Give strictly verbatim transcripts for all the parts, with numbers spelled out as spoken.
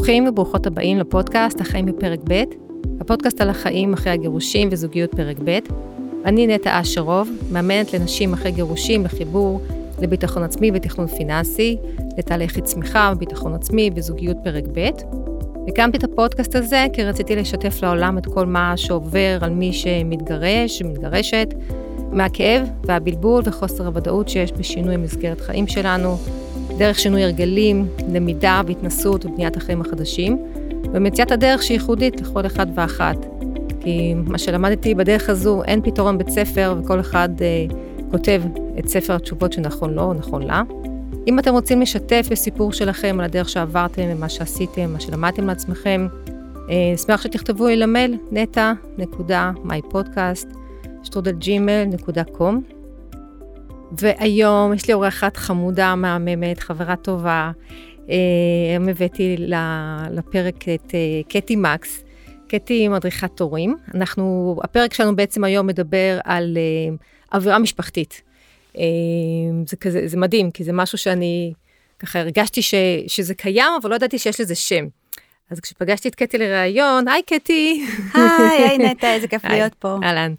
ברוכים וברוכות הבאים לפודקאסט החיים בפרק ב', הפודקאסט על החיים אחרי הגירושים וזוגיות פרק ב'. אני נטע אשרוב, מאמנת לנשים אחרי גירושים לחיבור לביטחון עצמי ותכנון פיננסי, לתהליכי צמיחה וביטחון עצמי וזוגיות פרק ב'. הקמתי את הפודקאסט הזה כי רציתי לשתף לעולם את כל מה שעובר על מי שמתגרש ומתגרשת, מהכאב והבלבול וחוסר הוודאות שיש בשינוי מסגרת חיים שלנו, דרך שינוי הרגלים, למידה והתנסות ובניית החיים החדשים, ומציאת הדרך שהיא ייחודית לכל אחד ואחת. כי מה שלמדתי בדרך הזו, אין פתרון בית ספר, וכל אחד אה, כותב את ספר התשובות שנכון לו או נכון לה. אם אתם רוצים לשתף בסיפור שלכם על הדרך שעברתם, מה שעשיתם, מה שלמדתם לעצמכם, אה, אשמח שתכתבו לי למייל, נטע נקודה מייפודקאסט שטרודל ג'ימייל נקודה קום. והיום יש לי אורחת חמודה, מהממת, חברה טובה. היום הבאתי לפרק את קטי מקס. קטי מדריכת הורים. אנחנו, הפרק שלנו בעצם היום מדבר על אווירה משפחתית. זה כזה, זה מדהים, כי זה משהו שאני ככה הרגשתי ש, שזה קיים, אבל לא ידעתי שיש לזה שם. אז כשפגשתי את קטי לראיון, היי קטי. היי, היי נטע, איזה כיף להיות פה. אהלן.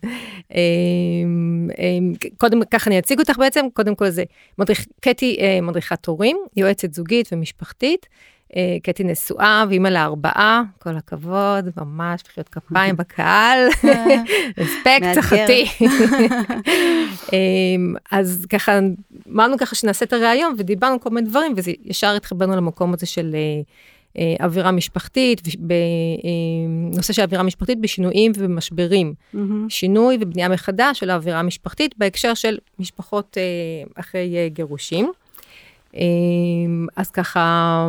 קודם, ככה אני אציג אותך בעצם, קודם כל זה, קטי מדריכת הורים, יועצת זוגית ומשפחתית, קטי נשואה ואימא לארבעה, כל הכבוד, ממש, מחיאות כפיים בקהל, רספקט, צחתי. אז ככה, אמרנו ככה שנעשה את הראיון, ודיברנו כל מיני דברים, וזה ישר התחברנו למקום הזה של אווירה משפחתית, נושא של אווירה משפחתית בשינויים ובמשברים. שינוי ובנייה מחדש של האווירה המשפחתית, בהקשר של משפחות אחרי גירושים. אז ככה,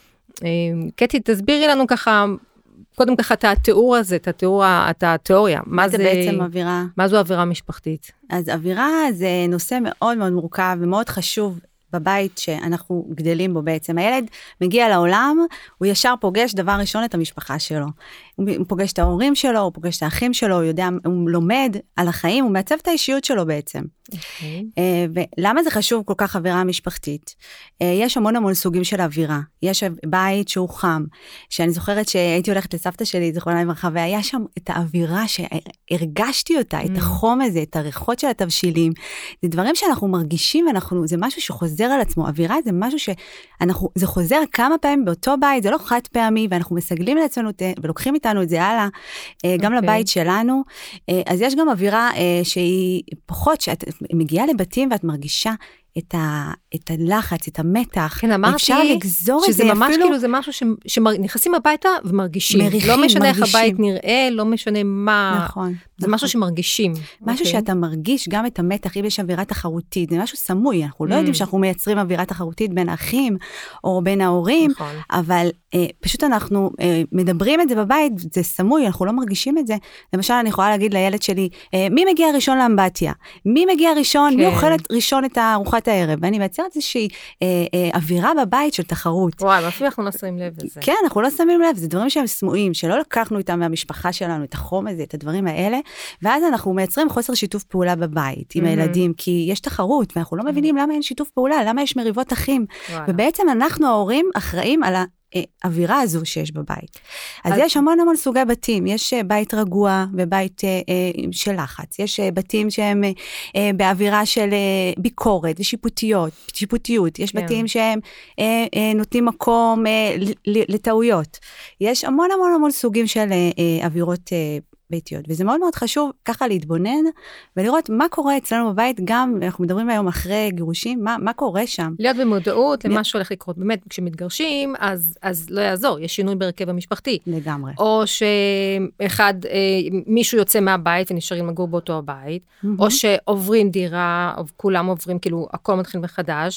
קטי, תסבירי לנו ככה, קודם ככה את התיאור הזה, את התיאור, את התיאוריה. מה זה בעצם אווירה? מה זו אווירה משפחתית? אז אווירה זה נושא מאוד מאוד מורכב ומאוד חשוב, בבית שאנחנו גדלים בו בעצם. הילד מגיע לעולם, הוא ישר פוגש דבר ראשון את המשפחה שלו. הוא פוגש את ההורים שלו, הוא פוגש את האחים שלו, הוא יודע, הוא לומד על החיים, הוא מעצב את האישיות שלו בעצם. Okay. ולמה זה חשוב כל כך אווירה משפחתית? יש המון המון סוגים של אווירה. יש בית שהוא חם, שאני זוכרת שהייתי הולכת לסבתא שלי, זכרונה לברכה, והיה שם את האווירה שהרגשתי אותה, mm. את החום הזה, את הריחות של התבשילים. זה דברים שאנחנו מרגישים, ואנחנו, זה משהו שחוזר על עצמו. אווירה זה משהו שאנחנו, זה חוזר כמה פעמים באותו בית, זה לא חד פעמי, ואנחנו מסגלים לעצמנו ולוקחים איתנו את זה הלאה, גם okay. לבית שלנו. אז יש גם אווירה שהיא פחות, שאת מגיעה לבתים ואת מרגישה את, ה, את הלחץ, את המתח. כן, אמרתי שזה ממש אפילו... כאילו זה משהו שנכנסים הביתה ומרגישים. מריחים, לא משנה מרגישים. איך הבית נראה, לא משנה מה. נכון. זה נכון. משהו שמרגישים. משהו okay. שאתה מרגיש גם את המתח, אם יש אווירה תחרותית, זה משהו סמוי, אנחנו mm. לא יודעים שאנחנו מייצרים אווירה תחרותית בין האחים, או בין ההורים, נכון. אבל אה, פשוט אנחנו אה, מדברים את זה בבית, זה סמוי, אנחנו לא מרגישים את זה. למשל, אני יכולה להגיד לילד שלי, אה, מי מגיע ראשון לאמבטיה? מי מגיע ראשון? כן. מי אוכלת ראשון את ארוחת הערב? ואני מייצרת איזושהי אה, אה, אווירה בבית של תחרות. וואי, אפילו אנחנו לא שמים לב לזה. כן, אנחנו לא שמים לב, זה דברים שהם סמויים, שלא לקחנו איתם מהמשפחה שלנו, את החום הזה, את הדברים האלה, ואז אנחנו מייצרים חוסר שיתוף פעולה בבית עם הילדים, כי יש תחרות, ואנחנו לא מבינים למה אין שיתוף פעולה, למה יש מריבות אחים, ובעצם אנחנו ההורים אחראים על האווירה הזו שיש בבית. אז יש המון המון סוגי בתים, יש בית רגוע ובית של לחץ, יש בתים שהם באווירה של ביקורת ושיפוטיות, שיפוטיות, יש בתים שהם נותנים מקום לטעויות, יש המון המון המון סוגים של אווירות ביתיות, וזה מאוד מאוד חשוב ככה להתבונן, ולראות מה קורה אצלנו בבית, גם אנחנו מדברים היום אחרי גירושים, מה, מה קורה שם. להיות במודעות למה שהולך לקרות, באמת, כשמתגרשים, אז, אז לא יעזור, יש שינוי בהרכב המשפחתי. לגמרי. או שאחד, מישהו יוצא מהבית ונשארים לגור באותו הבית, mm-hmm. או שעוברים דירה, כולם עוברים, כאילו, הכל מתחיל מחדש,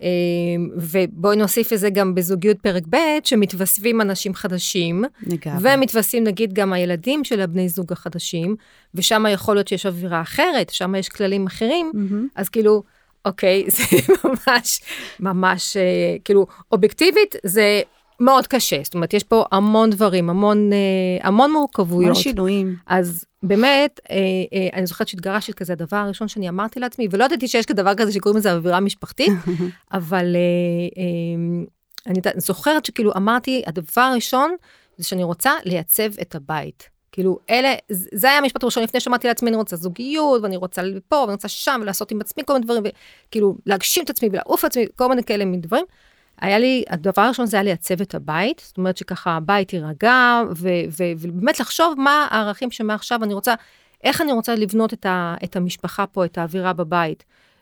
ובואי נוסיף את זה גם בזוגיות פרק ב' שמתווספים אנשים חדשים, ומתווספים נגיד גם הילדים של הבני זוג החדשים, ושם יכול להיות שיש אווירה אחרת, שם יש כללים אחרים, אז כאילו, אוקיי, זה ממש, ממש, כאילו, אובייקטיבית זה מאוד קשה, זאת אומרת, יש פה המון דברים, המון, המון מורכבויות. המון שינויים. אז באמת, אני זוכרת שהתגרשתי כזה הדבר הראשון שאני אמרתי לעצמי, ולא ידעתי שיש כדבר כזה שקוראים לזה אווירה משפחתית, אבל אני זוכרת שכאילו אמרתי, הדבר הראשון, זה שאני רוצה לייצב את הבית. כאילו, אלה, זה היה המשפט הראשון, לפני שאמרתי לעצמי, אני רוצה זוגיות, ואני רוצה פה, ואני רוצה שם, ולעשות עם עצמי כל מיני דברים, וכאילו, להגשים את עצמי, ולעוף את עצמי, כל מיני כאלה מדברים. היה לי, הדבר הראשון זה היה לייצב את הבית, זאת אומרת שככה הבית יירגע, ו- ו- ובאמת לחשוב מה הערכים שמעכשיו אני רוצה, איך אני רוצה לבנות את, ה- את המשפחה פה, את האווירה בבית.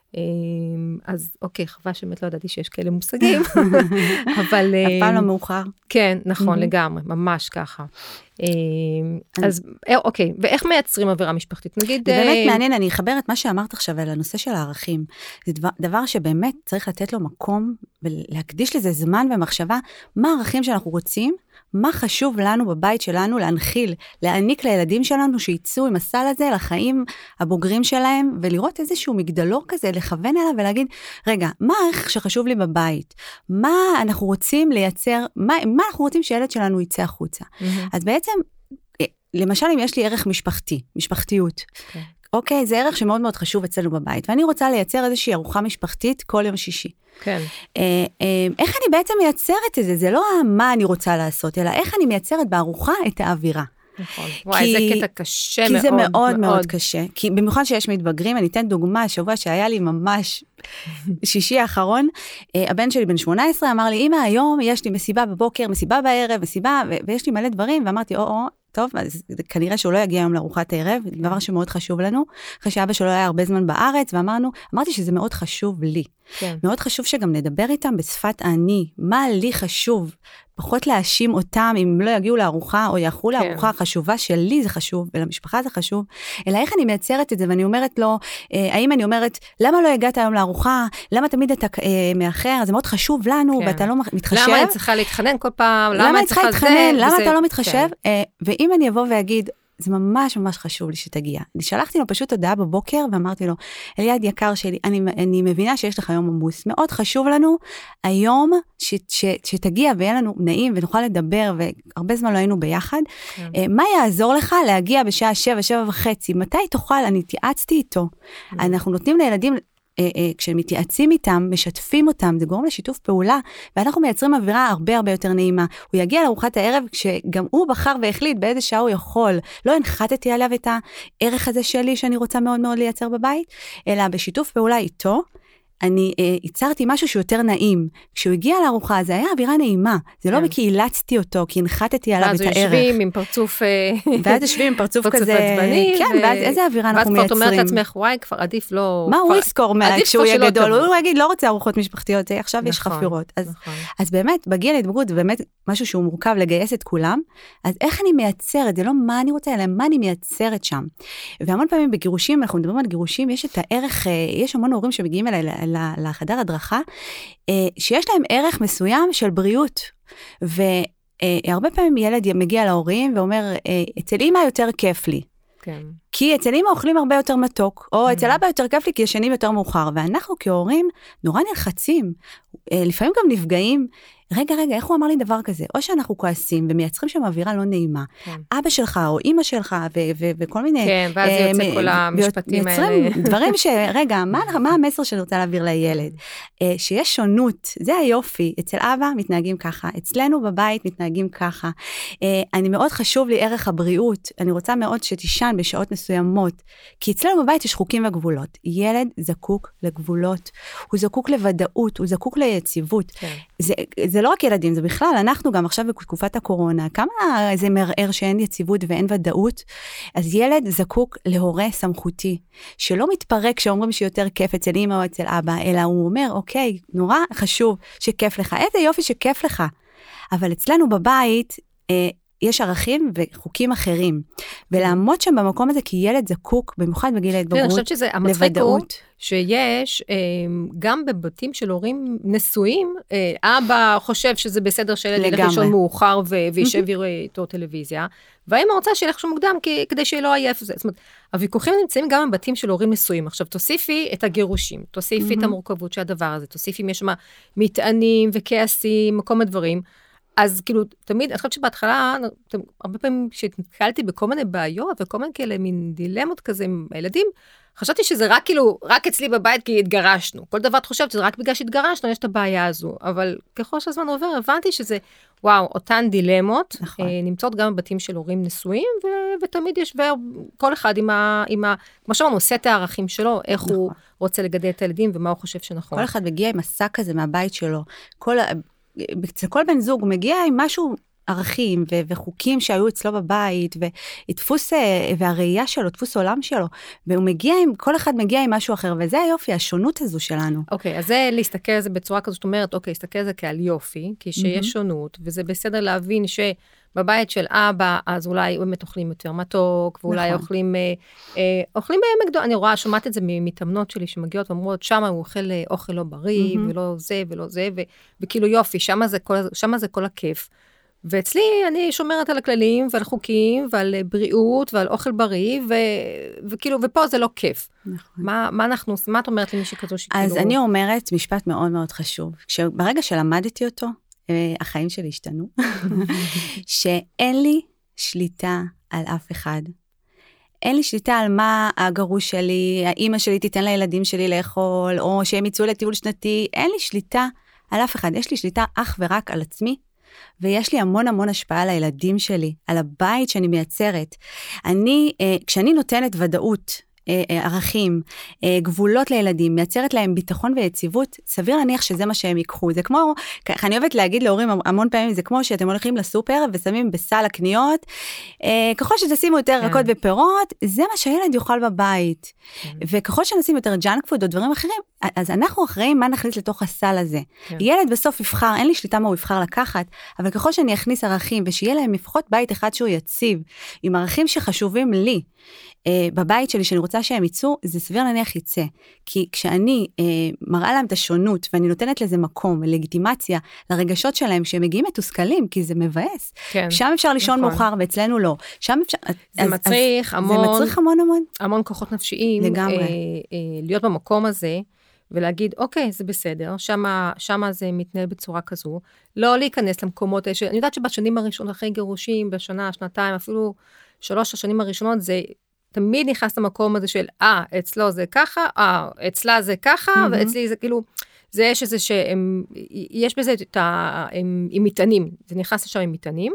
אז אוקיי, חווה שבאמת לא ידעתי שיש כאלה מושגים, אבל... אף פעם לא מאוחר. כן, נכון, לגמרי, ממש ככה. אז אוקיי, ואיך מייצרים אווירה משפחתית? נגיד... זה באמת מעניין, אני אחבר את מה שאמרת עכשיו על הנושא של הערכים. זה דבר שבאמת צריך לתת לו מקום, ולהקדיש לזה זמן ומחשבה, מה הערכים שאנחנו רוצים, מה חשוב לנו בבית שלנו להנחיל, להעניק לילדים שלנו שיצאו עם הסל הזה לחיים הבוגרים שלהם, ולראות איזשהו מגדלור כזה, לכוון אליו ולהגיד, רגע, מה הערך שחשוב לי בבית? מה אנחנו רוצים לייצר, מה, מה אנחנו רוצים שילד שלנו יצא החוצה? Mm-hmm. אז בעצם, למשל אם יש לי ערך משפחתי, משפחתיות, okay. אוקיי, זה ערך שמאוד מאוד חשוב אצלנו בבית, ואני רוצה לייצר איזושהי ארוחה משפחתית כל יום שישי. כן. איך אני בעצם מייצרת את זה? זה לא מה אני רוצה לעשות, אלא איך אני מייצרת בארוחה את האווירה. נכון. וואי, זה קטע קשה מאוד. כי זה מאוד מאוד קשה. כי במיוחד שיש מתבגרים, אני אתן דוגמה, שבוע שהיה לי ממש שישי האחרון, הבן שלי בן שמונה עשרה אמר לי, אמא, היום יש לי מסיבה בבוקר, מסיבה בערב, מסיבה, ויש לי מלא דברים, ואמרתי, או, או, טוב, אז כנראה שהוא לא יגיע היום לארוחת הערב, דבר שמאוד חשוב לנו, אחרי שאבא שלו היה הרבה זמן בארץ, ואמרנו, אמרתי שזה מאוד חשוב לי. כן. מאוד חשוב שגם נדבר איתם בשפת אני, מה לי חשוב, פחות להאשים אותם אם הם לא יגיעו לארוחה, או יאכלו כן. לארוחה החשובה שלי זה חשוב, ולמשפחה זה חשוב, אלא איך אני מייצרת את זה, ואני אומרת לו, האם אני אומרת, למה לא הגעת היום לארוחה, למה תמיד אתה אה, מאחר, זה מאוד חשוב לנו, כן. ואתה לא מתחשב. למה אני צריכה להתחנן כל פעם, למה, למה אני צריכה להתחנן, למה וזה... אתה לא מתחשב, כן. אה, ואם אני אבוא ואגיד, זה ממש ממש חשוב לי שתגיע. אני שלחתי לו פשוט הודעה בבוקר, ואמרתי לו, אליעד יקר שלי, אני, אני מבינה שיש לך יום עמוס, מאוד חשוב לנו היום ש, ש, שתגיע ויהיה לנו נעים, ונוכל לדבר, והרבה זמן לא היינו ביחד. כן. מה יעזור לך להגיע בשעה שבע, שבע וחצי? מתי תוכל? אני התייעצתי איתו. כן. אנחנו נותנים לילדים... כשהם מתייעצים איתם, משתפים אותם, זה גורם לשיתוף פעולה, ואנחנו מייצרים אווירה הרבה הרבה יותר נעימה. הוא יגיע לארוחת הערב, כשגם הוא בחר והחליט באיזה שעה הוא יכול. לא הנחתתי עליו את הערך הזה שלי, שאני רוצה מאוד מאוד לייצר בבית, אלא בשיתוף פעולה איתו, אני אה, ייצרתי משהו שהוא יותר נעים. כשהוא הגיע לארוחה, זה היה אווירה נעימה. זה כן. לא כי אילצתי אותו, כי הנחתתי עליו את הערך. ואז יושבים עם פרצוף... ואז יושבים עם פרצוף כזה... עצבני. כן, ו... ואז איזה אווירה אנחנו מייצרים. ואז כבר אומרת לעצמך, וואי, כבר עדיף לא... מה כבר... הוא יזכור כשהוא יהיה גדול? הוא יגיד, לא רוצה ארוחות משפחתיות, עכשיו נכון, יש חפירות. אז, נכון. אז באמת, בגיל להתבגרות, זה באמת משהו שהוא מורכב לגייס את כולם. אז איך אני מייצרת? זה לא מה אני רוצה, אלא מה אני מייצרת שם. והמון פעמים בגירושים, אנחנו מדברים על גירושים, יש את הערך, יש המון הורים שמגיעים אליי לחדר הדרכה, שיש להם ערך מסוים של בריאות, והרבה פעמים ילד מגיע להורים ואומר, אצל אמא יותר כיף לי, כן. כי אצל אמא אוכלים הרבה יותר מתוק, או אצל אבא יותר כיף לי כי ישנים יותר מאוחר, ואנחנו כהורים נורא נלחצים, לפעמים גם נפגעים, רגע, רגע, איך הוא אמר לי דבר כזה? או שאנחנו כועסים ומייצרים שם אווירה לא נעימה. כן. אבא שלך או אמא שלך ו- ו- וכל מיני... כן, ואז אה, יוצא כל המשפטים האלה. מייצרים דברים ש... רגע, מה, מה המסר שאני רוצה להעביר לילד? אה, שיש שונות, זה היופי. אצל אבא מתנהגים ככה, אצלנו בבית מתנהגים ככה. אה, אני מאוד חשוב לי ערך הבריאות, אני רוצה מאוד שתישן בשעות מסוימות, כי אצלנו בבית יש חוקים וגבולות. ילד זקוק לגבולות, הוא זקוק לוודאות, הוא זקוק ליציבות. כן. זה, זה לא רק ילדים, זה בכלל, אנחנו גם עכשיו בתקופת הקורונה, כמה זה מערער שאין יציבות ואין ודאות, אז ילד זקוק להורה סמכותי, שלא מתפרק שאומרים שיותר כיף אצל אמא או אצל אבא, אלא הוא אומר, אוקיי, נורא חשוב שכיף לך, איזה יופי שכיף לך, אבל אצלנו בבית, אה, יש ערכים וחוקים אחרים, ולעמוד שם במקום הזה, כי ילד זקוק, במיוחד בגיל ההתבגרות, אני חושבת שזה המצחיק הוא, שיש גם בבתים של הורים נשואים, אבא חושב שזה בסדר שילד ילך לישון מאוחר וישב ויראה איתו טלוויזיה, והאמא רוצה שילך לישון מוקדם כדי שלא עייף. זאת אומרת, הוויכוחים נמצאים גם בבתים של הורים נשואים. עכשיו, תוסיפי את הגירושים, תוסיפי את המורכבות של הדבר הזה, תוסיפי אם יש שם מטענים וכעסים, כל מיני דברים, אז כאילו, תמיד, אני חושבת שבהתחלה, הרבה פעמים כשנתקלתי בכל מיני בעיות, וכל מיני כאלה מין דילמות כזה עם הילדים, חשבתי שזה רק כאילו, רק אצלי בבית כי התגרשנו. כל דבר את חושבת שזה רק בגלל שהתגרשנו, יש את הבעיה הזו. אבל ככל שהזמן עובר, הבנתי שזה, וואו, אותן דילמות, נכון. אה, נמצאות גם בבתים של הורים נשואים, ו- ותמיד יש כל אחד עם ה... עם ה כמו שאמרנו, עושה את הערכים שלו, איך נכון. הוא רוצה לגדל את הילדים, ומה הוא חושב שנכון. כל אחד מגיע עם מסע כזה מהבית שלו. כל, אצל כל בן זוג הוא מגיע עם משהו... ערכים ו- וחוקים שהיו אצלו בבית, ודפוס, והראייה שלו, דפוס עולם שלו, והוא מגיע עם, כל אחד מגיע עם משהו אחר, וזה היופי, השונות הזו שלנו. אוקיי, okay, אז זה להסתכל על זה בצורה כזאת, זאת אומרת, אוקיי, להסתכל על זה כעל יופי, כי שיש mm-hmm. שונות, וזה בסדר להבין שבבית של אבא, אז אולי באמת אוכלים יותר מתוק, ואולי נכון. אוכלים, אה, אה, אוכלים במקדו, אני רואה, שומעת את זה מתאמנות שלי, שמגיעות ואומרות, שמה הוא אוכל אוכל לא בריא, mm-hmm. ולא זה ולא זה, ו- וכאילו יופי, שמה זה כל, שמה זה כל הכיף. ואצלי אני שומרת על הכללים ועל חוקים ועל בריאות ועל אוכל בריא, ו... וכאילו, ופה זה לא כיף. נכון. מה, מה אנחנו, מה את אומרת למישהי כזו שכאילו... אז אני אומרת משפט מאוד מאוד חשוב, שברגע שלמדתי אותו, החיים שלי השתנו, שאין לי שליטה על אף אחד. אין לי שליטה על מה הגרוש שלי, האמא שלי תיתן לילדים שלי לאכול, או שהם יצאו לטיול שנתי, אין לי שליטה על אף אחד, יש לי שליטה אך ורק על עצמי, ויש לי המון המון השפעה על הילדים שלי, על הבית שאני מייצרת. אני, כשאני נותנת ודאות, ערכים, גבולות לילדים, מייצרת להם ביטחון ויציבות, סביר להניח שזה מה שהם ייקחו. זה כמו, אני אוהבת להגיד להורים המון פעמים, זה כמו שאתם הולכים לסופר ושמים בסל הקניות, ככל שתשימו יותר ירקות ופירות, זה מה שהילד יאכל בבית. וככל שנשים יותר ג'אנק פוד או דברים אחרים, אז אנחנו אחראים מה נכניס לתוך הסל הזה. ילד בסוף יבחר, אין לי שליטה מה הוא יבחר לקחת, אבל ככל שאני אכניס ערכים, ושיהיה להם לפחות בית אחד שהוא יציב, עם ערכים שחשובים לי, בבית שלי שאני רוצה שהם יצאו, זה סביר להניח יצא. כי כשאני אה, מראה להם את השונות, ואני נותנת לזה מקום, לגיטימציה, לרגשות שלהם, שהם מגיעים מתוסכלים, כי זה מבאס. כן, שם אפשר לישון נכון. מאוחר, ואצלנו לא. שם אפשר... זה אז, מצריך אז, המון... זה מצריך המון המון. המון כוחות נפשיים. לגמרי. אה, אה, להיות במקום הזה, ולהגיד, אוקיי, זה בסדר, שמה, שמה זה מתנהל בצורה כזו. לא להיכנס למקומות, ש... אני יודעת שבשנים הראשונות, אחרי גירושים, בשנה, שנתיים, אפילו שלוש השנים הראשונות, זה... תמיד נכנס למקום הזה של, אה, אצלו זה ככה, אה, אצלה זה ככה, mm-hmm. ואצלי זה כאילו, זה יש איזה שהם, יש בזה את ה... הם, עם מטענים, זה נכנס לשם עם מטענים,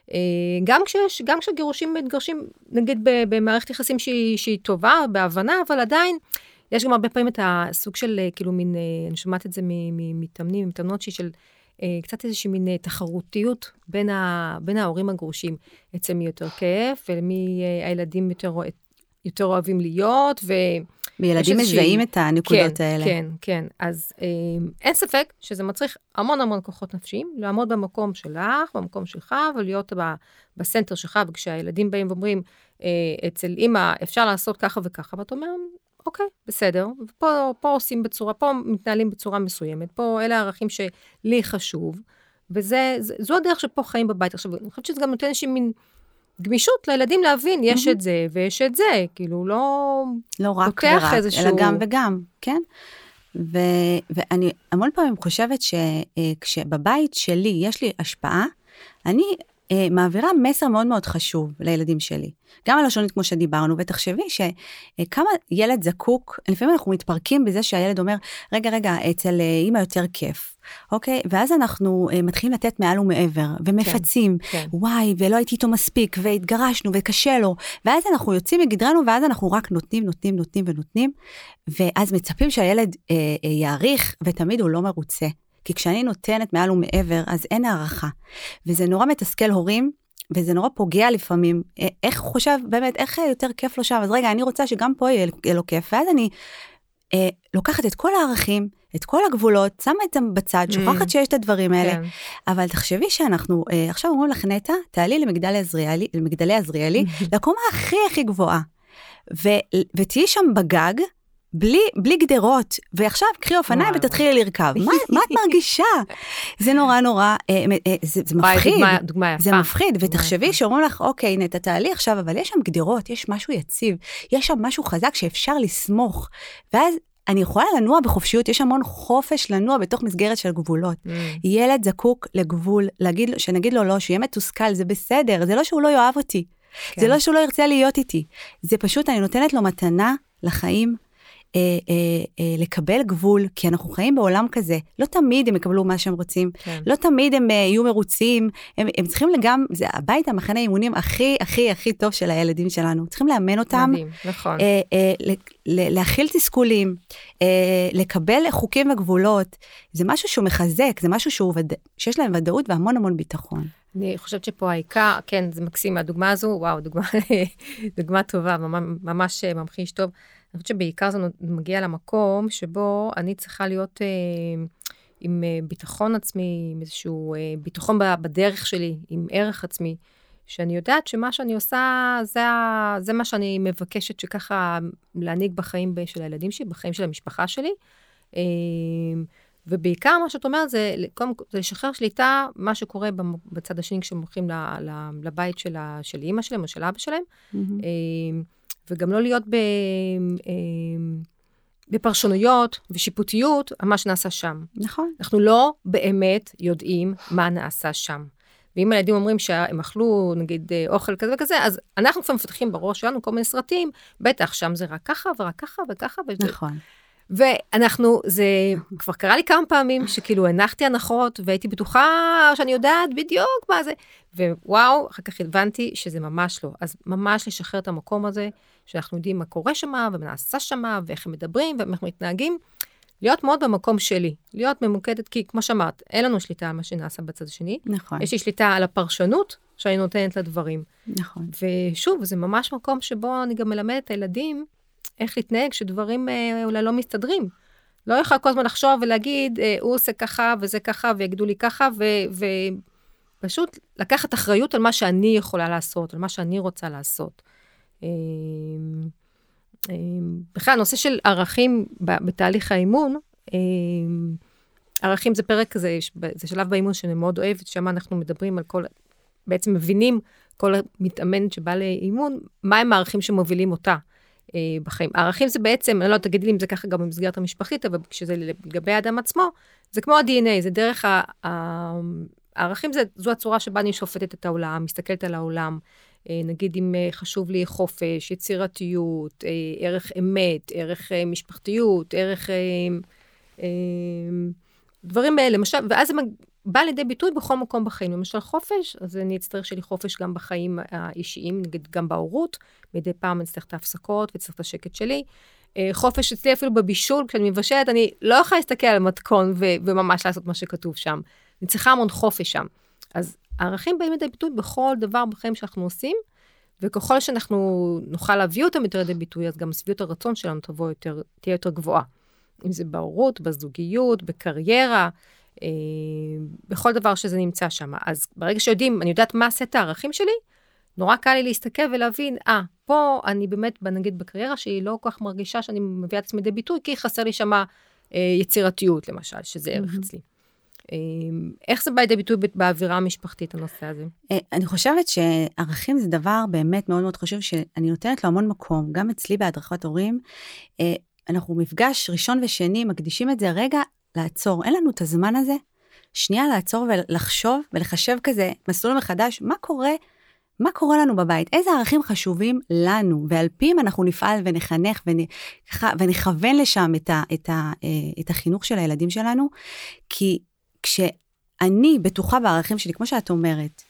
גם כשיש, גם כשגירושים מתגרשים, נגיד במערכת יחסים שהיא, שהיא טובה, בהבנה, אבל עדיין, יש גם הרבה פעמים את הסוג של, כאילו מין, אני שומעת את זה ממתאמנים, מתאמנות שהיא של, קצת איזושהי מין תחרותיות בין, ה, בין ההורים הגרושים, אצל מי יותר כיף, ולמי הילדים יותר, יותר אוהבים להיות, ו... וילדים מזהים את הנקודות כן, האלה. כן, כן. אז אה, אין ספק שזה מצריך המון המון כוחות נפשיים, לעמוד במקום שלך, במקום שלך, ולהיות ב, בסנטר שלך, וכשהילדים באים ואומרים, אה, אצל אמא אפשר לעשות ככה וככה, ואת אומר, אוקיי, בסדר, ופה פה עושים בצורה, פה מתנהלים בצורה מסוימת, פה אלה הערכים שלי חשוב, וזה, זו הדרך שפה חיים בבית. עכשיו, אני חושבת שזה גם נותן איזושהי מין גמישות לילדים להבין, יש mm-hmm. את זה ויש את זה, כאילו לא... לא רק ורק, איזשהו... אלא גם וגם, כן? ו, ואני המון פעמים חושבת שכשבבית שלי יש לי השפעה, אני אה, מעבירה מסר מאוד מאוד חשוב לילדים שלי. גם על השונית כמו שדיברנו, ותחשבי שכמה ילד זקוק, לפעמים אנחנו מתפרקים בזה שהילד אומר, רגע, רגע, אצל אמא יותר כיף. אוקיי? ואז אנחנו uh, מתחילים לתת מעל ומעבר, ומפצים, כן, כן. וואי, ולא הייתי איתו מספיק, והתגרשנו, וקשה לו, ואז אנחנו יוצאים מגדרנו, ואז אנחנו רק נותנים, נותנים, נותנים ונותנים, ואז מצפים שהילד uh, uh, יעריך, ותמיד הוא לא מרוצה. כי כשאני נותנת מעל ומעבר, אז אין הערכה. וזה נורא מתסכל הורים, וזה נורא פוגע לפעמים. איך הוא חושב, באמת, איך יותר כיף לו שם? אז רגע, אני רוצה שגם פה יהיה לו כיף, ואז אני אה, לוקחת את כל הערכים, את כל הגבולות, שמה את זה בצד, שוכחת שיש את הדברים האלה, כן. אבל תחשבי שאנחנו, אה, עכשיו אומרים לך נטע, תעלי למגדלי עזריאלי, למגדלי עזריאלי, לקומה הכי הכי גבוהה, ו, ותהי שם בגג, בלי, בלי גדרות, ועכשיו קחי אופניים ותתחילי לרכב. מה, מה את מרגישה? זה נורא נורא, אה, אה, זה, זה מפחיד, דוגמה, דוגמה זה מפחיד, ותחשבי שאומרים לך, אוקיי, נטע, תעלי עכשיו, אבל יש שם גדרות, יש משהו יציב, יש שם משהו חזק שאפשר לסמוך, ואז אני יכולה לנוע בחופשיות, יש המון חופש לנוע בתוך מסגרת של גבולות. Mm. ילד זקוק לגבול, להגיד, שנגיד לו לא, שיהיה מתוסכל, זה בסדר, זה לא שהוא לא יאהב אותי, כן. זה לא שהוא לא ירצה להיות איתי, זה פשוט, אני נותנת לו מתנה לחיים, אה, אה, אה, לקבל גבול, כי אנחנו חיים בעולם כזה, לא תמיד הם יקבלו מה שהם רוצים, כן. לא תמיד הם אה, יהיו מרוצים, הם, הם צריכים גם, זה הבית המחנה האימונים הכי, הכי, הכי טוב של הילדים שלנו, צריכים לאמן אותם, מדהים, נכון. אה, אה, להכיל תסכולים, לקבל חוקים וגבולות, זה משהו שהוא מחזק, זה משהו שהוא וד... שיש להם ודאות והמון המון ביטחון. אני חושבת שפה העיקר, כן, זה מקסים, הדוגמה הזו, וואו, דוגמה, דוגמה טובה, ממש ממחיש טוב. אני חושבת שבעיקר זה מגיע למקום שבו אני צריכה להיות אה, עם ביטחון עצמי, עם איזשהו אה, ביטחון בדרך שלי, עם ערך עצמי, שאני יודעת שמה שאני עושה, זה, זה מה שאני מבקשת שככה להנהיג בחיים של הילדים שלי, בחיים של המשפחה שלי. ובעיקר מה שאת אומרת, זה, זה לשחרר שליטה, מה שקורה בצד השני, כשהם הולכים לבית של, של אימא שלהם או של אבא שלהם, mm-hmm. וגם לא להיות ב, בפרשנויות ושיפוטיות על מה שנעשה שם. נכון. אנחנו לא באמת יודעים מה נעשה שם. ואם הילדים אומרים שהם אכלו, נגיד, אוכל כזה וכזה, אז אנחנו כבר מפתחים בראש שלנו כל מיני סרטים, בטח, שם זה רק ככה ורק ככה וככה. נכון. ואנחנו, זה כבר קרה לי כמה פעמים, שכאילו הנחתי הנחות, והייתי בטוחה שאני יודעת בדיוק מה זה, ווואו, אחר כך הבנתי שזה ממש לא. אז ממש לשחרר את המקום הזה, שאנחנו יודעים מה קורה שם, ומה נעשה שם, ואיך הם מדברים, ואיך הם מתנהגים, להיות מאוד במקום שלי, להיות ממוקדת, כי כמו שאמרת, אין לנו שליטה על מה שנעשה בצד השני. נכון. יש לי שליטה על הפרשנות שאני נותנת לדברים. נכון. ושוב, זה ממש מקום שבו אני גם מלמדת את הילדים איך להתנהג, שדברים אה, אולי לא מסתדרים. לא יכול כל הזמן לחשוב ולהגיד, אה, הוא עושה ככה וזה ככה, ויגידו לי ככה, ופשוט לקחת אחריות על מה שאני יכולה לעשות, על מה שאני רוצה לעשות. אה, בכלל, הנושא של ערכים בתהליך האימון, ערכים זה פרק כזה, זה שלב באימון שאני מאוד אוהבת, שמה אנחנו מדברים על כל, בעצם מבינים כל מתאמנת שבא לאימון, מה הם הערכים שמובילים אותה בחיים. הערכים זה בעצם, אני לא תגידי לי אם זה ככה גם במסגרת המשפחית, אבל כשזה לגבי האדם עצמו, זה כמו ה-די אן איי, זה דרך הערכים, זו הצורה שבה אני שופטת את העולם, מסתכלת על העולם, נגיד אם חשוב לי חופש, יצירתיות, ערך אמת, ערך משפחתיות, ערך דברים האלה, למשל, ואז זה בא לידי ביטוי בכל מקום בחיים. למשל חופש, אז אני אצטרך שלי חופש גם בחיים האישיים, נגיד גם בהורות, מדי פעם אני אצטרך את ההפסקות וצריך את השקט שלי. חופש אצלי אפילו בבישול, כשאני מבשלת, אני לא יכולה להסתכל על המתכון ו- וממש לעשות מה שכתוב שם. אני צריכה המון חופש שם. אז הערכים באים לידי ביטוי בכל דבר בחיים שאנחנו עושים, וככל שאנחנו נוכל להביא אותם יותר לידי ביטוי, אז גם סביבות הרצון שלנו תבוא יותר, תהיה יותר גבוהה. אם זה בהורות, בזוגיות, בקריירה, אה, בכל דבר שזה נמצא שם. אז ברגע שיודעים, אני יודעת מה סט הערכים שלי, נורא קל לי להסתכל ולהבין, אה, פה אני באמת, נגיד בקריירה שהיא לא כל כך מרגישה שאני מביאה את עצמי לידי ביטוי, כי חסר לי שמה אה, יצירתיות, למשל, שזה ערך אצלי. איך זה בא לידי ביטוי באווירה המשפחתית, הנושא הזה? אני חושבת שערכים זה דבר באמת מאוד מאוד חשוב, שאני נותנת לו המון מקום, גם אצלי בהדרכת הורים, אנחנו מפגש ראשון ושני, מקדישים את זה רגע לעצור, אין לנו את הזמן הזה, שנייה לעצור ולחשוב ולחשב כזה מסלול מחדש, מה קורה, מה קורה לנו בבית, איזה ערכים חשובים לנו, ועל פיהם אנחנו נפעל ונחנך ונכוון לשם את, ה, את, ה, את החינוך של הילדים שלנו, כי כשאני בטוחה בערכים שלי, כמו שאת אומרת,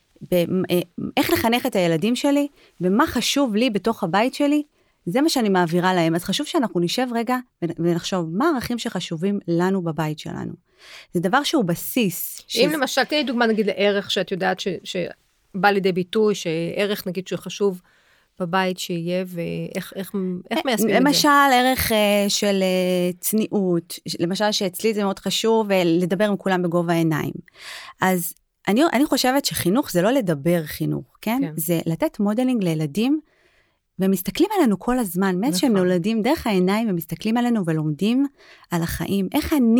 איך לחנך את הילדים שלי, ומה חשוב לי בתוך הבית שלי, זה מה שאני מעבירה להם. אז חשוב שאנחנו נשב רגע ונחשוב, מה הערכים שחשובים לנו בבית שלנו. זה דבר שהוא בסיס. אם שזה... למשל, תהיה דוגמה נגיד לערך שאת יודעת ש... שבא לידי ביטוי, שערך נגיד שחשוב בבית שיהיה, ואיך איך, איך מיישמים את זה? למשל, ערך uh, של uh, צניעות, למשל שאצלי זה מאוד חשוב, לדבר עם כולם בגובה העיניים. אז אני, אני חושבת שחינוך זה לא לדבר חינוך, כן? כן. זה לתת מודלינג לילדים, והם מסתכלים עלינו כל הזמן, מאז שהם נולדים דרך העיניים, הם מסתכלים עלינו ולומדים על החיים. איך אני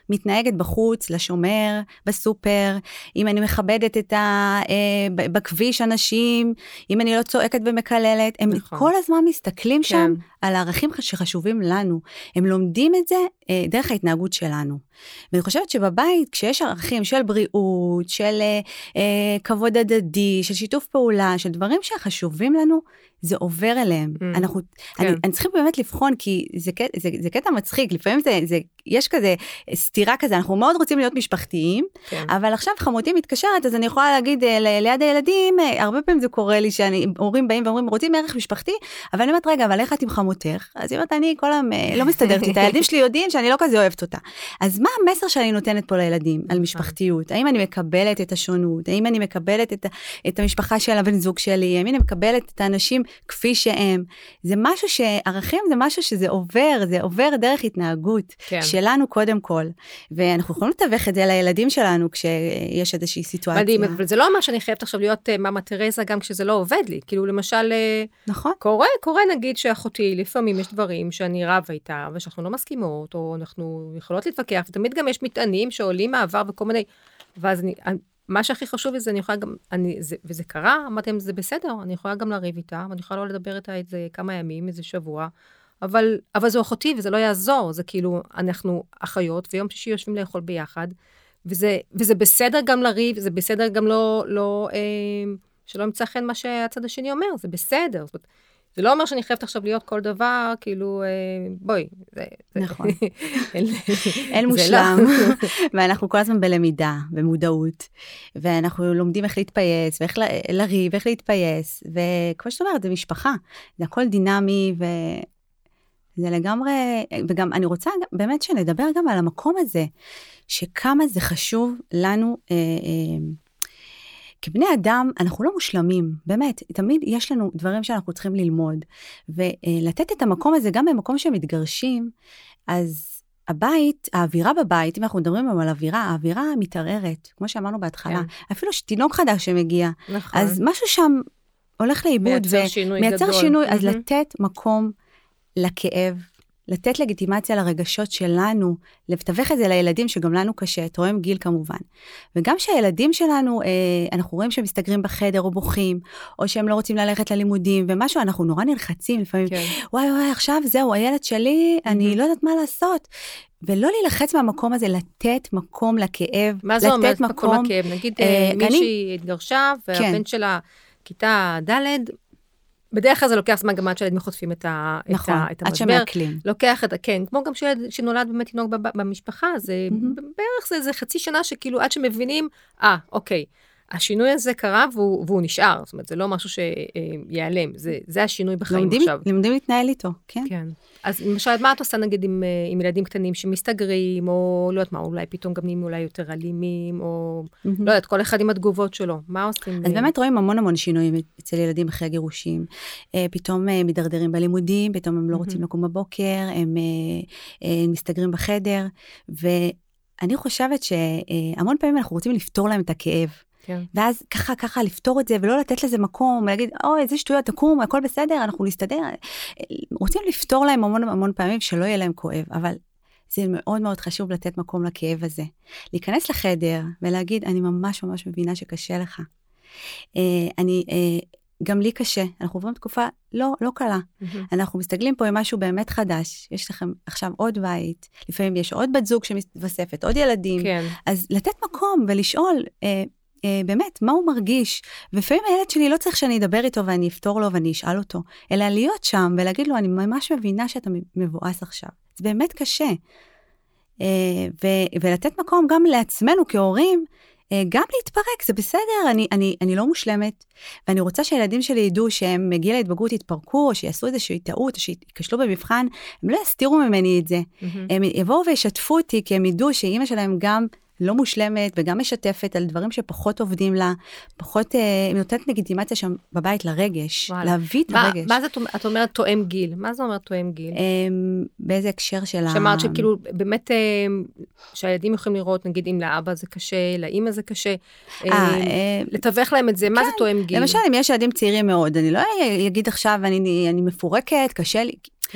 מתנהגת בחוץ, לשומר, בסופר, אם אני מכבדת את ה... בכביש אנשים, אם אני לא צועקת ומקללת, הם נכון. כל הזמן מסתכלים כן. שם על הערכים שחשובים לנו. הם לומדים את זה דרך ההתנהגות שלנו. ואני חושבת שבבית, כשיש ערכים של בריאות, של אה, כבוד הדדי, של שיתוף פעולה, של דברים שחשובים לנו, זה עובר אליהם. Mm, אנחנו, כן. אני, אני צריכים באמת לבחון, כי זה, זה, זה קטע מצחיק, לפעמים זה, זה, יש כזה סתירה כזה, אנחנו מאוד רוצים להיות משפחתיים, כן. אבל עכשיו חמותי מתקשרת, אז אני יכולה להגיד ל, ליד הילדים, הרבה פעמים זה קורה לי, שאני, הורים באים ואומרים, רוצים ערך משפחתי, אבל אני אומרת, רגע, אבל איך את עם חמותך? אז היא אומרת, אני כל היום לא מסתדרת איתה, הילדים שלי יודעים שאני לא כזה אוהבת אותה. אז מה המסר שאני נותנת פה לילדים על משפחתיות? האם אני מקבלת את השונות? האם אני מקבלת את, את המשפחה של הבן זוג שלי? האם אני מקבלת את האנשים כפי שהם? זה משהו שערכים זה משהו שזה עובר, זה עובר דרך התנהגות כן. שלנו קודם כל. ואנחנו יכולים לתווך את זה לילדים שלנו כשיש איזושהי סיטואציה. מדהים, אבל זה לא אומר שאני חייבת עכשיו להיות מאמה תרזה גם כשזה לא עובד לי. כאילו למשל, נכון. קורה, קורה נגיד שאחותי, לפעמים יש דברים שאני רבה איתה, ושאנחנו לא מסכימות, או אנחנו יכולות להתווכח, ותמיד גם יש מטענים שעולים מעבר וכל מיני, ואז אני, מה שהכי חשוב זה, אני יכולה גם, אני, זה, וזה קרה, אמרתם, זה בסדר, אני יכולה גם לריב איתה, ואני יכולה לא לדבר איתה את זה כמה ימים, איזה שבוע, אבל, אבל זו אחותי, וזה לא יעזור, זה כאילו, אנחנו אחיות, ויום שישי יושבים לאכול ביחד, וזה, וזה בסדר גם לריב, זה בסדר גם לא, לא, אה, שלא ימצא חן מה שהצד השני אומר, זה בסדר, זאת אומרת, זה לא אומר שאני חייבת עכשיו להיות כל דבר, כאילו, בואי. נכון. אין מושלם. ואנחנו כל הזמן בלמידה, במודעות, ואנחנו לומדים איך להתפייס, ואיך לריב, ואיך להתפייס, וכמו שאת אומרת, זה משפחה, זה הכל דינמי, וזה לגמרי, וגם אני רוצה באמת שנדבר גם על המקום הזה, שכמה זה חשוב לנו, כבני אדם, אנחנו לא מושלמים, באמת, תמיד יש לנו דברים שאנחנו צריכים ללמוד, ולתת את המקום הזה, גם במקום שמתגרשים, אז הבית, האווירה בבית, אם אנחנו מדברים על אווירה, האווירה מתערערת, כמו שאמרנו בהתחלה, כן. אפילו שתינוק חדש שמגיע, נכון. אז משהו שם הולך לאיבוד, מייצר שינוי מייצר גדול. שינוי, אז mm-hmm. לתת מקום לכאב, לתת לגיטימציה לרגשות שלנו, לתווך את זה לילדים שגם לנו קשה, תואם גיל כמובן. וגם שהילדים שלנו, אנחנו רואים שהם מסתגרים בחדר או בוכים, או שהם לא רוצים ללכת ללימודים, ומשהו, אנחנו נורא נלחצים לפעמים, כן. וואי וואי, עכשיו זהו, הילד שלי, mm-hmm. אני לא יודעת מה לעשות. ולא להילחץ מהמקום הזה, לתת מקום לכאב. מה זה אומרת מקום לכאב? נגיד אה, מישהי התגרשה, והבן כן. שלה כיתה ד', בדרך כלל זה לוקח זמן גם עד שילדים חוטפים את, ה, נכון, את, ה, את המשבר. עד שמעכלים. לוקח את, כן, כמו גם שילד שנולד באמת תינוק במשפחה, זה mm-hmm. בערך זה, זה חצי שנה שכאילו עד שמבינים, אה, אוקיי, השינוי הזה קרה והוא, והוא נשאר, זאת אומרת, זה לא משהו שיעלם, זה, זה השינוי בחיים לומדים, עכשיו. לומדים להתנהל איתו, כן. כן. אז למשל, מה את עושה נגיד עם, עם ילדים קטנים שמסתגרים, או לא יודעת מה, אולי פתאום גם נהיים אולי יותר אלימים, או mm-hmm. לא יודעת, כל אחד עם התגובות שלו, מה עושים? אז באמת רואים המון המון שינויים אצל ילדים אחרי הגירושים, פתאום מדרדרים בלימודים, פתאום הם לא רוצים mm-hmm. לקום בבוקר, הם, הם מסתגרים בחדר, ואני חושבת שהמון פעמים אנחנו רוצים לפתור להם את הכאב, כן. ואז ככה, ככה לפתור את זה, ולא לתת לזה מקום, ולהגיד, אוי, איזה שטויות, תקום, הכל בסדר, אנחנו נסתדר. רוצים לפתור להם המון המון פעמים, שלא יהיה להם כואב, אבל זה מאוד מאוד חשוב לתת מקום לכאב הזה. להיכנס לחדר, ולהגיד, אני ממש ממש מבינה שקשה לך. אני, גם לי קשה, אנחנו עוברים תקופה לא, לא קלה. Mm-hmm. אנחנו מסתגלים פה עם משהו באמת חדש, יש לכם עכשיו עוד בית, לפעמים יש עוד בת זוג שמתווספת, עוד ילדים. כן. אז לתת מקום ולשאול, באמת, מה הוא מרגיש? ולפעמים הילד שלי לא צריך שאני אדבר איתו ואני אפתור לו ואני אשאל אותו, אלא להיות שם ולהגיד לו, אני ממש מבינה שאתה מבואס עכשיו. זה באמת קשה. ולתת מקום גם לעצמנו כהורים, גם להתפרק, זה בסדר, אני, אני, אני לא מושלמת, ואני רוצה שהילדים שלי ידעו שהם מגיע להתבגרות, יתפרקו, או שיעשו איזושהי טעות, או שיכשלו במבחן, הם לא יסתירו ממני את זה. Mm-hmm. הם יבואו וישתפו אותי, כי הם ידעו שאמא שלהם גם לא מושלמת, וגם משתפת על דברים שפחות עובדים לה, פחות, היא נותנת לגיטימציה שם בבית לרגש, וואלה. להביא את מה, הרגש. מה זה, את אומרת תואם גיל? מה זה אומר תואם גיל? באיזה הקשר של ה... שאמרת שכאילו, באמת, שהילדים יכולים לראות, נגיד, אם לאבא זה קשה, לאמא זה קשה, לתווך להם את זה, מה זה תואם גיל? למשל, אם יש ילדים צעירים מאוד, אני לא אגיד עכשיו, אני מפורקת, קשה לי, כן.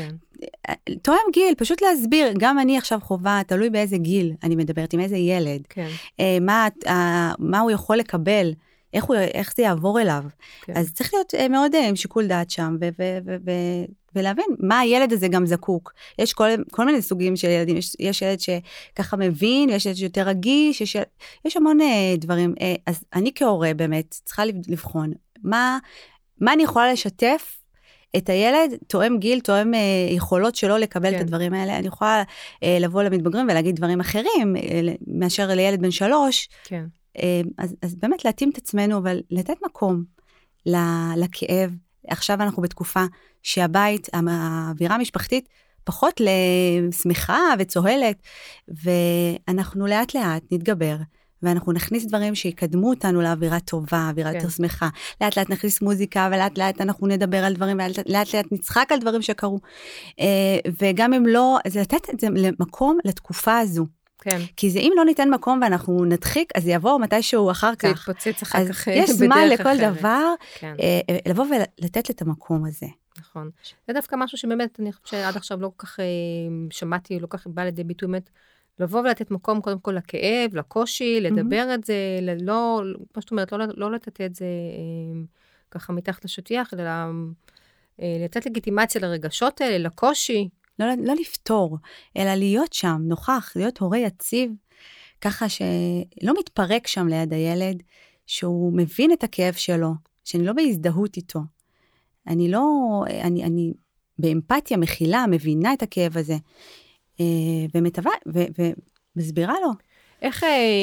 תואם גיל, פשוט להסביר, גם אני עכשיו חובה, תלוי באיזה גיל אני מדברת, עם איזה ילד, כן. מה, מה הוא יכול לקבל, איך, הוא, איך זה יעבור אליו. כן. אז צריך להיות מאוד עם שיקול דעת שם, ו, ו, ו, ו, ולהבין מה הילד הזה גם זקוק. יש כל, כל מיני סוגים של ילדים, יש, יש ילד שככה מבין, יש ילד שיותר רגיש, יש, יש המון דברים. אז אני כהורה באמת צריכה לבחון, מה, מה אני יכולה לשתף את הילד, תואם גיל, תואם אה, יכולות שלו לקבל כן. את הדברים האלה. אני יכולה אה, לבוא למתבגרים ולהגיד דברים אחרים, אה, מאשר לילד בן שלוש. כן. אה, אז, אז באמת להתאים את עצמנו, אבל לתת מקום לכאב. עכשיו אנחנו בתקופה שהבית, האווירה המשפחתית, פחות לשמחה וצוהלת, ואנחנו לאט לאט נתגבר, ואנחנו נכניס דברים שיקדמו אותנו לאווירה טובה, אווירה כן. יותר שמחה. לאט לאט נכניס מוזיקה, ולאט לאט אנחנו נדבר על דברים, ולאט לאט נצחק על דברים שקרו. וגם אם לא, אז לתת את זה למקום לתקופה הזו. כן. כי זה אם לא ניתן מקום ואנחנו נדחיק, אז יבוא מתישהו אחר כך. זה יתפוצץ אחר כך בדרך אחרת. יש זמן לכל דבר, כן. לבוא ולתת את המקום הזה. נכון. זה דווקא משהו שבאמת, אני חושבת שעד עכשיו לא כל כך שמעתי, לא כל כך בא לידי ביטוי, באמת, לבוא ולתת מקום קודם כל לכאב, לקושי, לדבר את זה, לא, כמו שאת אומרת, לא, לא לתת את זה ככה מתחת לשטיח, אלא לתת לגיטימציה לרגשות האלה, לקושי. לא, לא לפתור, אלא להיות שם, נוכח, להיות הורה יציב, ככה שלא מתפרק שם ליד הילד, שהוא מבין את הכאב שלו, שאני לא בהזדהות איתו. אני לא, אני, אני באמפתיה מכילה, מבינה את הכאב הזה, ומטבע, ומסבירה לו. איך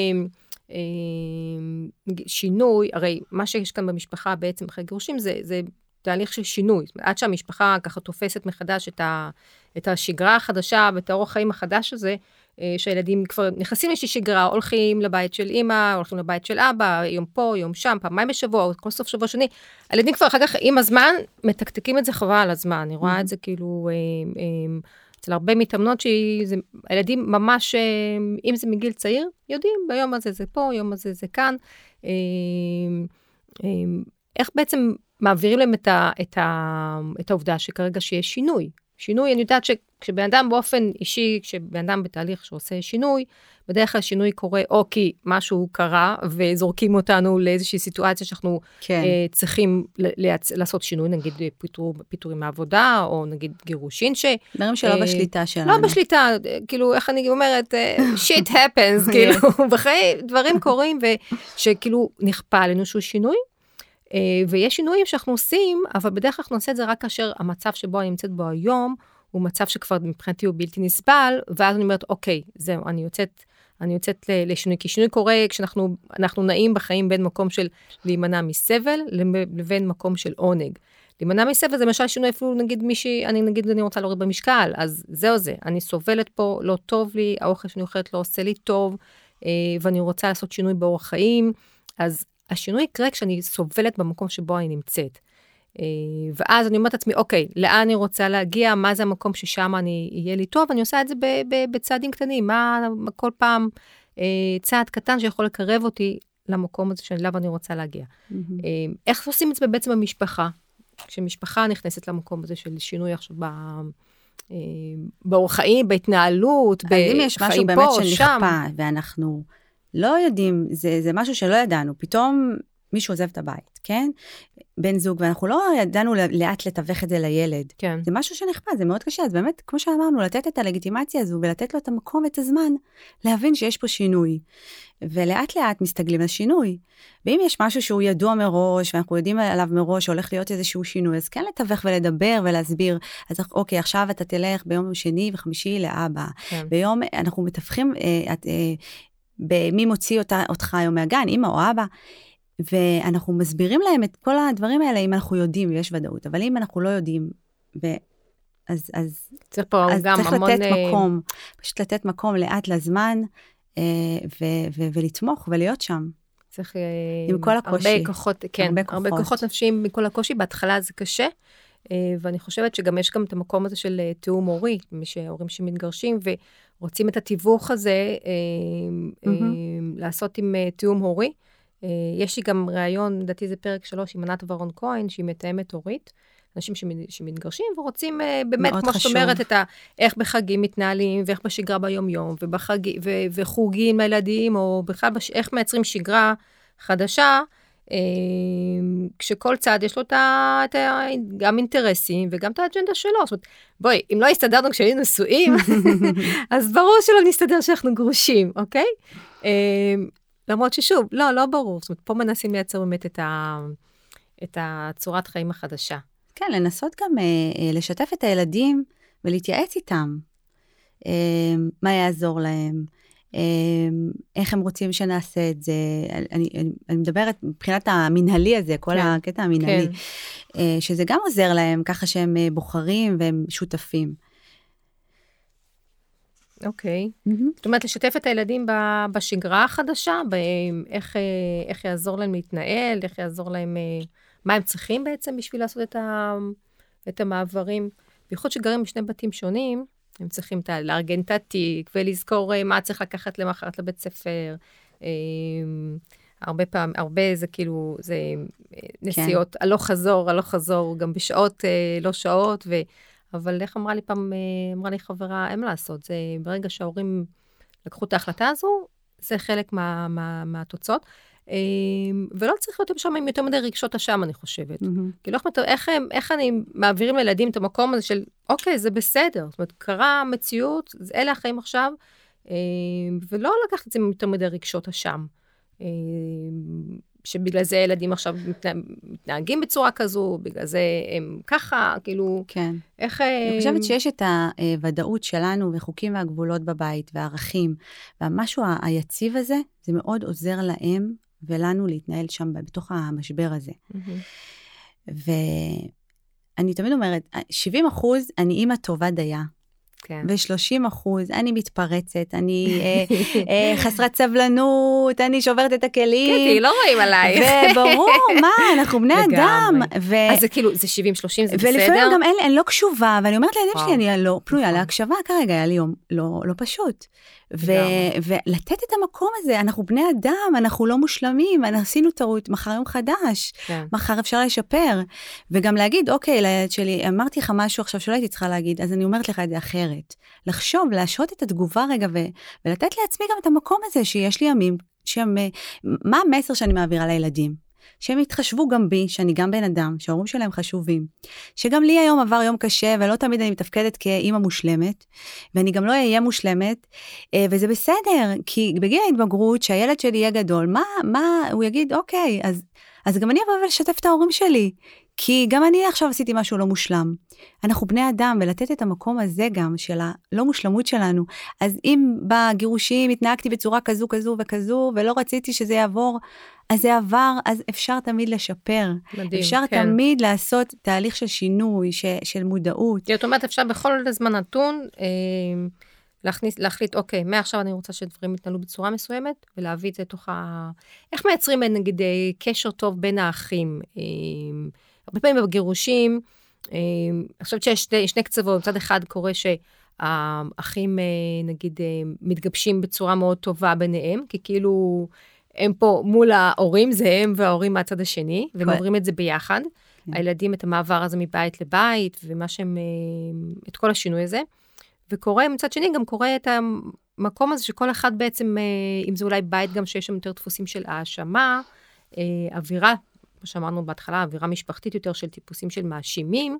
שינוי, הרי מה שיש כאן במשפחה בעצם אחרי גירושים, זה, זה תהליך של שינוי. עד שהמשפחה ככה תופסת מחדש את, ה, את השגרה החדשה, ואת האורח חיים החדש הזה, שהילדים כבר נכנסים לאיזושהי שגרה, הולכים לבית של אמא, הולכים לבית של אבא, יום פה, יום שם, פעמיים בשבוע, או כל סוף שבוע שני. הילדים כבר אחר כך עם הזמן, מתקתקים את זה חבל על הזמן. אני רואה את זה כאילו, אצל הרבה מתאמנות שהילדים ממש, אם זה מגיל צעיר, יודעים, ביום הזה זה פה, יום הזה זה כאן. איך בעצם מעבירים להם את, ה, את, ה, את העובדה שכרגע שיש שינוי. שינוי, אני יודעת שכשבן אדם באופן אישי, כשבן אדם בתהליך שעושה שינוי, בדרך כלל שינוי קורה או כי משהו קרה, וזורקים אותנו לאיזושהי סיטואציה שאנחנו כן. אה, צריכים לייצ... לעשות שינוי, נגיד פיתור, פיתורים מעבודה, או נגיד גירושין, ש... דברים שלא אה, בשליטה שלנו. לא בשליטה, כאילו, איך אני אומרת, shit happens, כאילו, בחיי דברים קורים, ושכאילו נכפה עלינו שהוא שינוי, ויש שינויים שאנחנו עושים, אבל בדרך כלל אנחנו נעשה את זה רק כאשר המצב שבו אני נמצאת בו היום, הוא מצב שכבר מבחינתי הוא בלתי נסבל, ואז אני אומרת, אוקיי, זהו, אני יוצאת, אני יוצאת לשינוי, כי שינוי קורה כשאנחנו אנחנו נעים בחיים בין מקום של להימנע מסבל, לבין מקום של עונג. להימנע מסבל זה למשל שינוי, אפילו נגיד מישהי, אני נגיד אני רוצה להוריד במשקל, אז זהו זה, אני סובלת פה, לא טוב לי, האוכל שאני אוכלת לא עושה לי טוב, ואני רוצה לעשות שינוי באורח חיים, אז השינוי יקרה כשאני סובלת במקום שבו אני נמצאת. ואז אני אומרת לעצמי, אוקיי, לאן אני רוצה להגיע, מה זה המקום ששם אני יהיה לי טוב, אני עושה את זה בצעדים קטנים, מה כל פעם צעד קטן שיכול לקרב אותי למקום הזה שאליו אני רוצה להגיע. איך עושים את זה בעצם במשפחה? כשמשפחה נכנסת למקום הזה של שינוי עכשיו באורח חיים, בהתנהלות, בחיים פה, שם. אז אם יש משהו באמת שנכפה, ואנחנו לא יודעים, זה, זה משהו שלא ידענו, פתאום מישהו עוזב את הבית, כן? בן זוג, ואנחנו לא ידענו לאט לתווך את זה לילד. כן. זה משהו שנכפה, זה מאוד קשה, אז באמת, כמו שאמרנו, לתת את הלגיטימציה הזו, ולתת לו את המקום ואת הזמן, להבין שיש פה שינוי. ולאט לאט מסתגלים לשינוי. ואם יש משהו שהוא ידוע מראש, ואנחנו יודעים עליו מראש, שהולך להיות איזשהו שינוי, אז כן לתווך ולדבר ולהסביר, אז אוקיי, עכשיו אתה תלך ביום שני וחמישי לאבא. כן. ביום, אנחנו מתווכים, אה, את, אה, במי מוציא אותה, אותך היום מהגן, אמא או אבא, ואנחנו מסבירים להם את כל הדברים האלה, אם אנחנו יודעים, ויש ודאות, אבל אם אנחנו לא יודעים, ו... אז, אז, צריך, פה אז גם צריך המון... לתת מקום, פשוט לתת מקום לאט לזמן, ו... ו... ולתמוך ולהיות שם. צריך עם כל הקושי. הרבה כוחות, כן, הרבה כוחות, הרבה כוחות נפשיים מכל הקושי, בהתחלה זה קשה, ואני חושבת שגם יש גם את המקום הזה של תיאום הורי, מי שהורים שמתגרשים, ורוצים את התיווך הזה, mm-hmm. לעשות עם תיאום הורי. יש לי גם ראיון, לדעתי זה פרק שלוש, עם ענת ורון כהן, שהיא מתאמת הורית, אנשים שמתגרשים ורוצים באמת, כמו שאת אומרת, את ה, איך בחגים מתנהלים, ואיך בשגרה ביום-יום, ובחג, ו, וחוגים לילדים, או בכלל איך מייצרים שגרה חדשה, כשכל צד יש לו את ה, גם אינטרסים, וגם את האג'נדה שלו. זאת אומרת, בואי, אם לא הסתדרנו כשהיינו נשואים, אז ברור שלא נסתדר שאנחנו גרושים, אוקיי? למרות ששוב, לא, לא ברור. זאת אומרת, פה מנסים לייצר באמת את ה, את הצורת חיים החדשה. כן, לנסות גם אה, לשתף את הילדים ולהתייעץ איתם. אה, מה יעזור להם? אה, איך הם רוצים שנעשה את זה? אני, אני, אני מדברת מבחינת המנהלי הזה, כל כן, הקטע המנהלי. כן. אה, שזה גם עוזר להם, ככה שהם בוחרים והם שותפים. אוקיי. Okay. Mm-hmm. זאת אומרת, לשתף את הילדים בשגרה החדשה, באיך, איך יעזור להם להתנהל, איך יעזור להם... מה הם צריכים בעצם בשביל לעשות את, ה, את המעברים. בייחוד שגרים בשני בתים שונים, הם צריכים את, לארגן את התיק, ולזכור מה צריך לקחת למחרת לבית ספר. הרבה פעם, הרבה זה כאילו, זה נסיעות, כן. הלוך חזור, הלוך חזור, גם בשעות, לא שעות, ו, אבל איך אמרה לי פעם, אמרה לי חברה, אין לעשות, זה ברגע שההורים לקחו את ההחלטה הזו, זה חלק מה, מה, מהתוצאות. ולא צריך להיות שם עם יותר מדי רגשות אשם, אני חושבת. כי לא איך, איך, איך אני מעבירים לילדים את המקום הזה של, אוקיי, זה בסדר. זאת אומרת, קרה מציאות, אלה החיים עכשיו, ולא לקחת את זה עם יותר מדי רגשות אשם. שבגלל זה ילדים עכשיו מתנהגים בצורה כזו, בגלל זה הם ככה, כאילו, כן. איך... אני חושבת שיש את הוודאות שלנו, וחוקים והגבולות בבית, והערכים, והמשהו היציב הזה, זה מאוד עוזר להם, ולנו להתנהל שם בתוך המשבר הזה. ואני תמיד אומרת, שבעים אחוז אני אימא טובה דייה, כן. ו-שלושים אחוז, אני מתפרצת, אני אה, אה, חסרת סבלנות, אני שוברת את הכלים. קטי, לא רואים עלייך. וברור, מה, אנחנו בני אדם. ו... אז זה כאילו, זה שבעים שלושים, זה ולפעמים בסדר? ולפעמים גם אין, אין לא קשובה, ואני אומרת לילדים שלי, אני לא פנויה להקשבה כרגע, היה לי יום לא, לא פשוט. ו- ולתת את המקום הזה, אנחנו בני אדם, אנחנו לא מושלמים, אנחנו עשינו טעות, מחר יום חדש, כן. מחר אפשר לשפר, וגם להגיד, אוקיי, לילד שלי, אמרתי לך משהו עכשיו שלא הייתי צריכה להגיד, אז אני אומרת לך את זה אחרת. לחשוב, להשעות את התגובה רגע, ו- ולתת לעצמי גם את המקום הזה, שיש לי ימים, שהם, מה המסר שאני מעבירה לילדים? שהם יתחשבו גם בי, שאני גם בן אדם, שההורים שלהם חשובים, שגם לי היום עבר יום קשה, ולא תמיד אני מתפקדת כאימא מושלמת, ואני גם לא אהיה מושלמת, וזה בסדר, כי בגיל ההתבגרות, שהילד שלי יהיה גדול, מה, מה, הוא יגיד, אוקיי, אז, אז גם אני אבוא ולשתף את ההורים שלי, כי גם אני עכשיו עשיתי משהו לא מושלם. אנחנו בני אדם, ולתת את המקום הזה גם, של הלא מושלמות שלנו, אז אם בגירושים התנהגתי בצורה כזו, כזו וכזו, ולא רציתי שזה יעבור, אז זה עבר, אז אפשר תמיד לשפר. מדהים, אפשר כן. תמיד לעשות תהליך של שינוי, ש, של מודעות. זאת אומרת, אפשר בכל זמן נתון, אה, להכניס, להחליט, אוקיי, מעכשיו אני רוצה שדברים יתנהלו בצורה מסוימת, ולהביא את זה תוך ה... איך מייצרים, נגיד, קשר טוב בין האחים? אה, הרבה פעמים בגירושים, אה, אני חושבת שיש שני, שני קצוות, מצד אחד קורה שהאחים, אה, נגיד, אה, מתגבשים בצורה מאוד טובה ביניהם, כי כאילו... הם פה מול ההורים, זה הם וההורים מהצד השני, והם עוברים את זה ביחד. הילדים את המעבר הזה מבית לבית, ומה שהם, את כל השינוי הזה. וקורה, מצד שני, גם קורה את המקום הזה, שכל אחד בעצם, אם זה אולי בית גם שיש שם יותר דפוסים של האשמה, אווירה, כמו שאמרנו בהתחלה, אווירה משפחתית יותר של טיפוסים של מאשימים,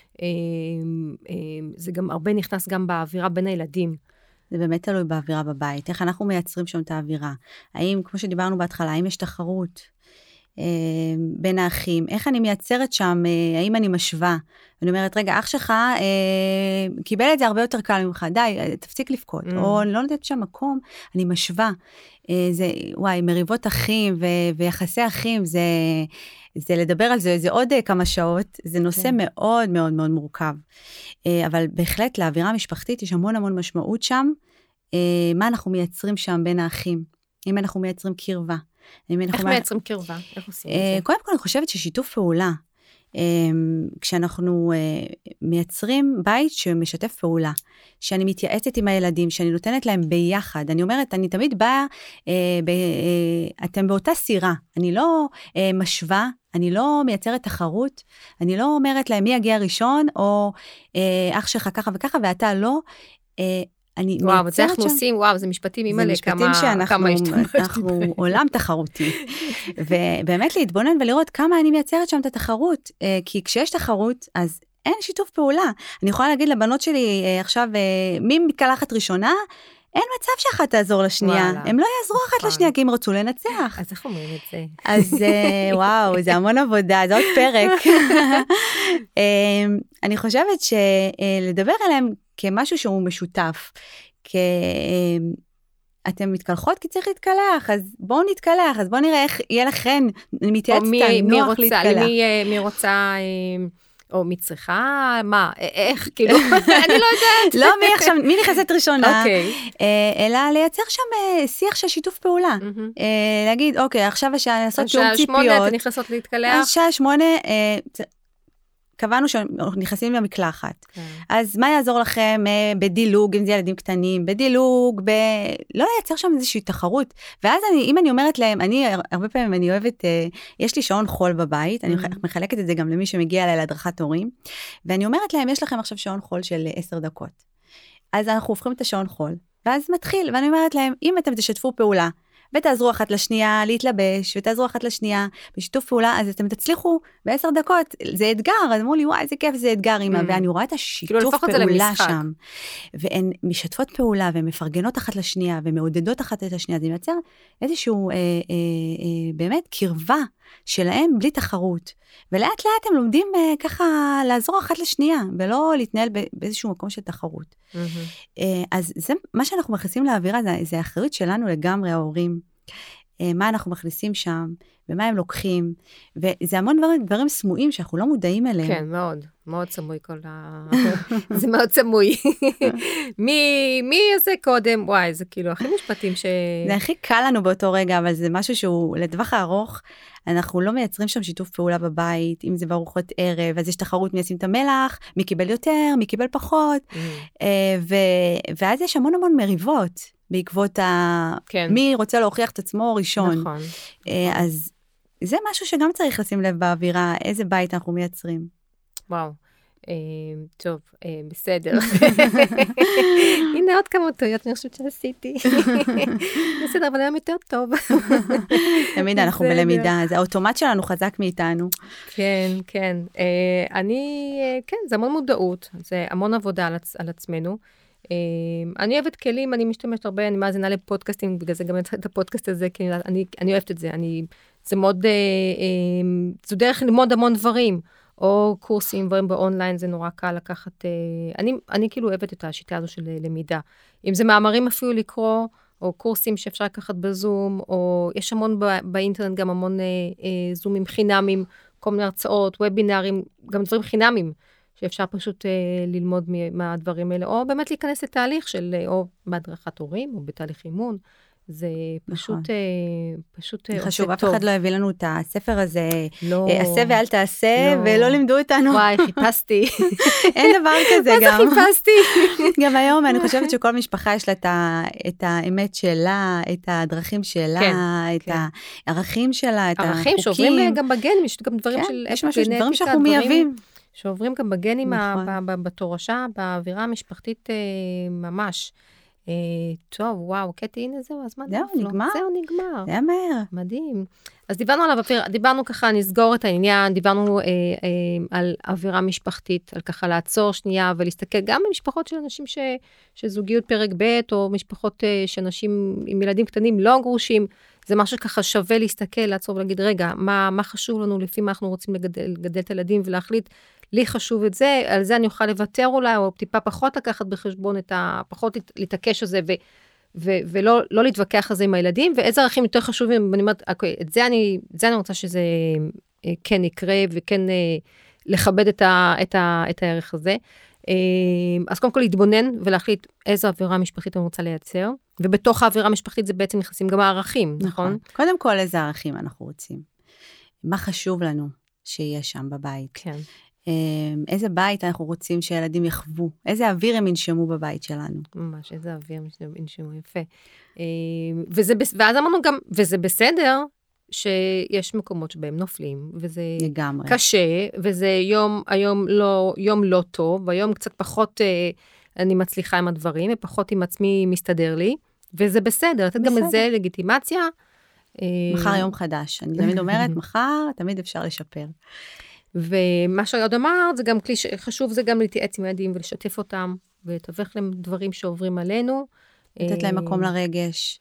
זה גם הרבה נכנס גם באווירה בין הילדים. זה באמת תלוי באווירה בבית. איך אנחנו מייצרים שם את האווירה? האם, כמו שדיברנו בהתחלה, האם יש תחרות אה, בין האחים? איך אני מייצרת שם? אה, האם אני משווה? אני אומרת, רגע, אח שלך אה, קיבל את זה הרבה יותר קל ממך, די, תפסיק לבכות. Mm. או לא נותנת שם מקום, אני משווה. אה, זה, וואי, מריבות אחים ו- ויחסי אחים, זה... זה לדבר על זה, זה עוד כמה שעות, זה נושא כן. מאוד מאוד מאוד מורכב. אבל בהחלט לאווירה המשפחתית יש המון המון משמעות שם, מה אנחנו מייצרים שם בין האחים, אם אנחנו מייצרים קרבה. איך מייצרים קרבה? איך עושים את זה? קודם כל אני חושבת ששיתוף פעולה, כשאנחנו מייצרים בית שמשתף פעולה, שאני מתייעצת עם הילדים, שאני נותנת להם ביחד, אני אומרת, אני תמיד באה, אתם באותה סירה, אני לא משווה, אני לא מייצרת תחרות, אני לא אומרת להם מי יגיע ראשון, או אה, אח שלך ככה וככה, ואתה לא. אה, אני וואו, מייצרת זה אנחנו שם... עושים, וואו, זה משפטים, אימא לכמה... זה משפטים שאנחנו אנחנו עולם תחרותי. ובאמת להתבונן ולראות כמה אני מייצרת שם את התחרות, אה, כי כשיש תחרות, אז אין שיתוף פעולה. אני יכולה להגיד לבנות שלי אה, עכשיו, אה, מי מתקלחת ראשונה? אין מצב שאחת תעזור לשנייה. וואלה, הם לא יעזרו אחת נכון. לשנייה, כי הם רצו לנצח. אז איך אומרים את זה? אז uh, וואו, זה המון עבודה, זה עוד פרק. um, אני חושבת שלדבר uh, עליהם כמשהו שהוא משותף, כי uh, אתם מתקלחות כי צריך להתקלח, אז בואו נתקלח, אז בואו נראה איך יהיה לכן, מתייעץ כאן, נוח להתקלח. מי, מי רוצה... או מי צריכה, מה, איך, כאילו, אני לא יודעת. לא, מי עכשיו, מי נכנסת ראשונה, אלא לייצר שם שיח של שיתוף פעולה. להגיד, אוקיי, עכשיו השעה לעשות תיאום ציפיות. שעה שמונה, אתם נכנסות להתקלח. אז שעה שמונה, קבענו שנכנסים למקלחת. אז מה יעזור לכם בדילוג, אם זה ילדים קטנים, בדילוג, ב... לא לייצר שם איזושהי תחרות. ואז אני, אם אני אומרת להם, אני, הרבה פעמים אני אוהבת, יש לי שעון חול בבית, אני מחלקת את זה גם למי שמגיע אליי להדרכת הורים, ואני אומרת להם, יש לכם עכשיו שעון חול של עשר דקות. אז אנחנו הופכים את השעון חול, ואז מתחיל, ואני אומרת להם, אם אתם תשתפו פעולה, ותעזרו אחת לשנייה להתלבש, ותעזרו אחת לשנייה בשיתוף פעולה, אז אתם תצליחו בעשר דקות, זה אתגר, אז אמרו לי, וואי, איזה כיף, זה אתגר, אמא, mm. ואני רואה את השיתוף פעולה שם, והן משתפות פעולה, והן מפרגנות אחת לשנייה, ומעודדות אחת את השנייה, זה מייצר איזשהו, אה, אה, אה, באמת, קרבה שלהם בלי תחרות, ולאט לאט הם לומדים אה, ככה לעזור אחת לשנייה, ולא להתנהל באיזשהו מקום של תחרות. Mm-hmm. אה, אז זה, מה שאנחנו מכניסים לאווירה, זה, זה האחריות שלנו לגמרי, ההורים, אה, מה אנחנו מכניסים שם, ומה הם לוקחים, וזה המון דברים, דברים סמויים שאנחנו לא מודעים אליהם. כן, מאוד, מאוד סמוי כל ה... זה מאוד סמוי. מי, מי יעשה קודם? וואי, זה כאילו הכי משפטים ש... זה הכי קל לנו באותו רגע, אבל זה משהו שהוא לטווח הארוך, אנחנו לא מייצרים שם שיתוף פעולה בבית, אם זה בארוחות ערב, אז יש תחרות מי ישים את המלח, מי קיבל יותר, מי קיבל פחות, ואז יש המון המון מריבות, בעקבות ה... מי רוצה להוכיח את עצמו ראשון. נכון. אז זה משהו שגם צריך לשים לב באווירה, איזה בית אנחנו מייצרים. וואו. טוב, בסדר. הנה עוד כמה טעויות, אני חושבת שעשיתי. בסדר, אבל היום יותר טוב. תמיד אנחנו בלמידה, זה האוטומט שלנו חזק מאיתנו. כן, כן. אני, כן, זה המון מודעות, זה המון עבודה על עצמנו. אני אוהבת כלים, אני משתמשת הרבה, אני מאזינה לפודקאסטים, בגלל זה גם את הפודקאסט הזה, כי אני אוהבת את זה. זה מאוד, זו דרך ללמוד המון דברים. או קורסים, דברים באונליין, זה נורא קל לקחת, אני, אני כאילו אוהבת את השיטה הזו של למידה. אם זה מאמרים אפילו לקרוא, או קורסים שאפשר לקחת בזום, או יש המון באינטרנט גם המון אה, אה, זומים חינמים, כל מיני הרצאות, וובינרים, גם דברים חינמים, שאפשר פשוט אה, ללמוד מהדברים האלה, או באמת להיכנס לתהליך של, או בהדרכת הורים, או בתהליך אימון, זה פשוט, פשוט עושה טוב. חשוב, אף אחד לא הביא לנו את הספר הזה, עשה ואל תעשה, ולא לימדו אותנו. וואי, חיפשתי. אין דבר כזה גם. מה זה חיפשתי? גם היום אני חושבת שכל משפחה יש לה את האמת שלה, את הדרכים שלה, את הערכים שלה, את החוקים. ערכים שעוברים גם בגנים, יש גם דברים של יש משהו, דברים שאנחנו מייבים. שעוברים גם בגנים, בתורשה, באווירה המשפחתית ממש. טוב, וואו, קטי, הנה זהו, אז מה זהו, נגמר. זהו, נגמר. זה מהר. מדהים. אז דיברנו עליו, דיברנו ככה, נסגור את העניין, דיברנו אה, אה, על אווירה משפחתית, על ככה לעצור שנייה ולהסתכל גם במשפחות של אנשים ש, שזוגיות פרק ב' או משפחות אה, של אנשים עם ילדים קטנים לא גרושים, זה משהו ככה שווה להסתכל, לעצור ולהגיד, רגע, מה, מה חשוב לנו לפי מה אנחנו רוצים לגדל, לגדל את הילדים ולהחליט, לי חשוב את זה, על זה אני אוכל לוותר אולי, או טיפה פחות לקחת בחשבון את ה... פחות להתעקש על זה, ו, ו, ולא לא להתווכח על זה עם הילדים, ואיזה ערכים יותר חשובים, ואני אומרת, אוקיי, את זה אני, את זה אני רוצה שזה כן יקרה, וכן לכבד את, ה, את, ה, את הערך הזה. אז קודם כל להתבונן, ולהחליט איזו אווירה משפחתית אני רוצה לייצר, ובתוך האווירה המשפחתית זה בעצם נכנסים גם הערכים, נכון? נכון? קודם כל, איזה ערכים אנחנו רוצים? מה חשוב לנו שיהיה שם בבית? כן. איזה בית אנחנו רוצים שילדים יחוו, איזה אוויר הם ינשמו בבית שלנו. ממש, איזה אוויר הם ינשמו, יפה. וזה, ואז אמרנו גם, וזה בסדר, שיש מקומות שבהם נופלים, וזה לגמרי. קשה, וזה יום, היום לא, יום לא טוב, והיום קצת פחות אה, אני מצליחה עם הדברים, ופחות עם עצמי מסתדר לי, וזה בסדר, לתת גם את זה לגיטימציה. מחר יום חדש, אני תמיד אומרת, מחר תמיד אפשר לשפר. ומה שעוד אמרת, זה גם כלי חשוב, זה גם להתייעץ עם ילדים ולשתף אותם, ולתווך להם דברים שעוברים עלינו. לתת להם מקום לרגש,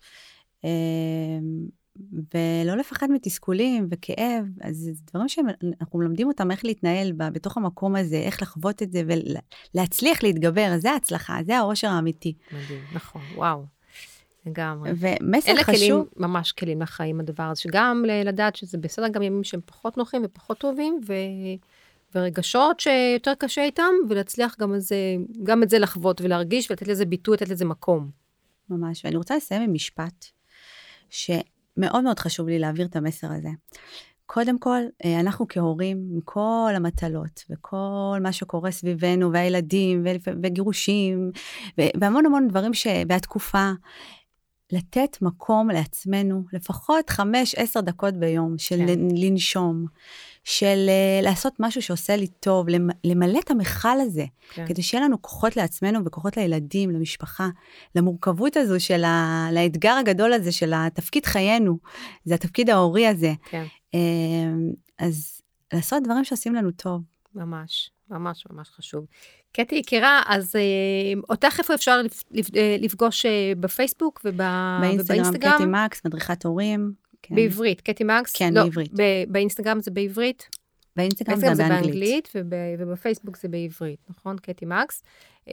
ולא לפחד מתסכולים וכאב, אז זה דברים שאנחנו מלמדים אותם איך להתנהל בתוך המקום הזה, איך לחוות את זה, ולהצליח להתגבר, זה ההצלחה, זה האושר האמיתי. מדהים, נכון, וואו. לגמרי. ומסר חשוב. אלה כלים, ממש כלים לחיים הדבר הזה, שגם לדעת שזה בסדר גם ימים שהם פחות נוחים ופחות טובים, ו... ורגשות שיותר קשה איתם, ולהצליח גם, זה, גם את זה לחוות ולהרגיש, ולתת לזה ביטוי, לתת לזה מקום. ממש, ואני רוצה לסיים עם משפט, שמאוד מאוד חשוב לי להעביר את המסר הזה. קודם כל, אנחנו כהורים, עם כל המטלות, וכל מה שקורה סביבנו, והילדים, וגירושים, והמון המון דברים שבתקופה, לתת מקום לעצמנו, לפחות חמש, עשר דקות ביום, של כן. לנשום, של לעשות משהו שעושה לי טוב, למלא את המחל הזה, כן. כדי שיהיה לנו כוחות לעצמנו, וכוחות לילדים, למשפחה, למורכבות הזו, של ה... לאתגר הגדול הזה, של התפקיד חיינו, זה התפקיד ההורי הזה. כן. אז לעשות דברים שעושים לנו טוב. ממש, ממש ממש חשוב. קטי יקירה, אז אותך איפה אפשר לפגוש בפייסבוק ובאינסטגרם? באינסטגרם, קטי מקס, מדריכת הורים. בעברית, קטי מקס? כן, לא, בעברית. באינסטגרם זה בעברית? באינסטגרם זה באנגלית. ובפייסבוק זה בעברית, נכון? קטי מקס.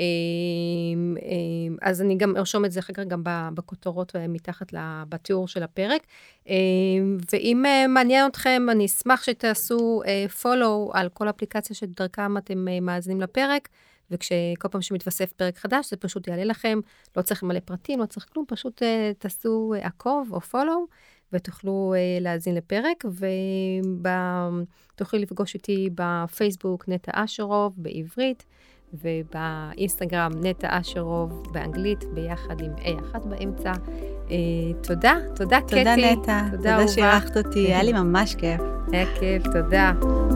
אז אני גם ארשום את זה אחר כך גם בכותרות מתחת בתיאור של הפרק. ואם מעניין אתכם, אני אשמח שתעשו follow על כל אפליקציה שדרכם אתם מאזינים לפרק, וכשכל פעם שמתווסף פרק חדש, זה פשוט יעלה לכם, לא צריך מלא פרטים, לא צריך כלום, פשוט תעשו עקוב או follow, ותוכלו uh, להאזין לפרק, ותוכלו לפגוש איתי בפייסבוק נטע אשרוב בעברית, ובאינסטגרם נטע אשרוב באנגלית, ביחד עם A אחת באמצע. Uh, תודה, תודה, תודה קטי. נטע, תודה, תודה שאירחת אותי, היה לי ממש כיף. היה כיף, תודה.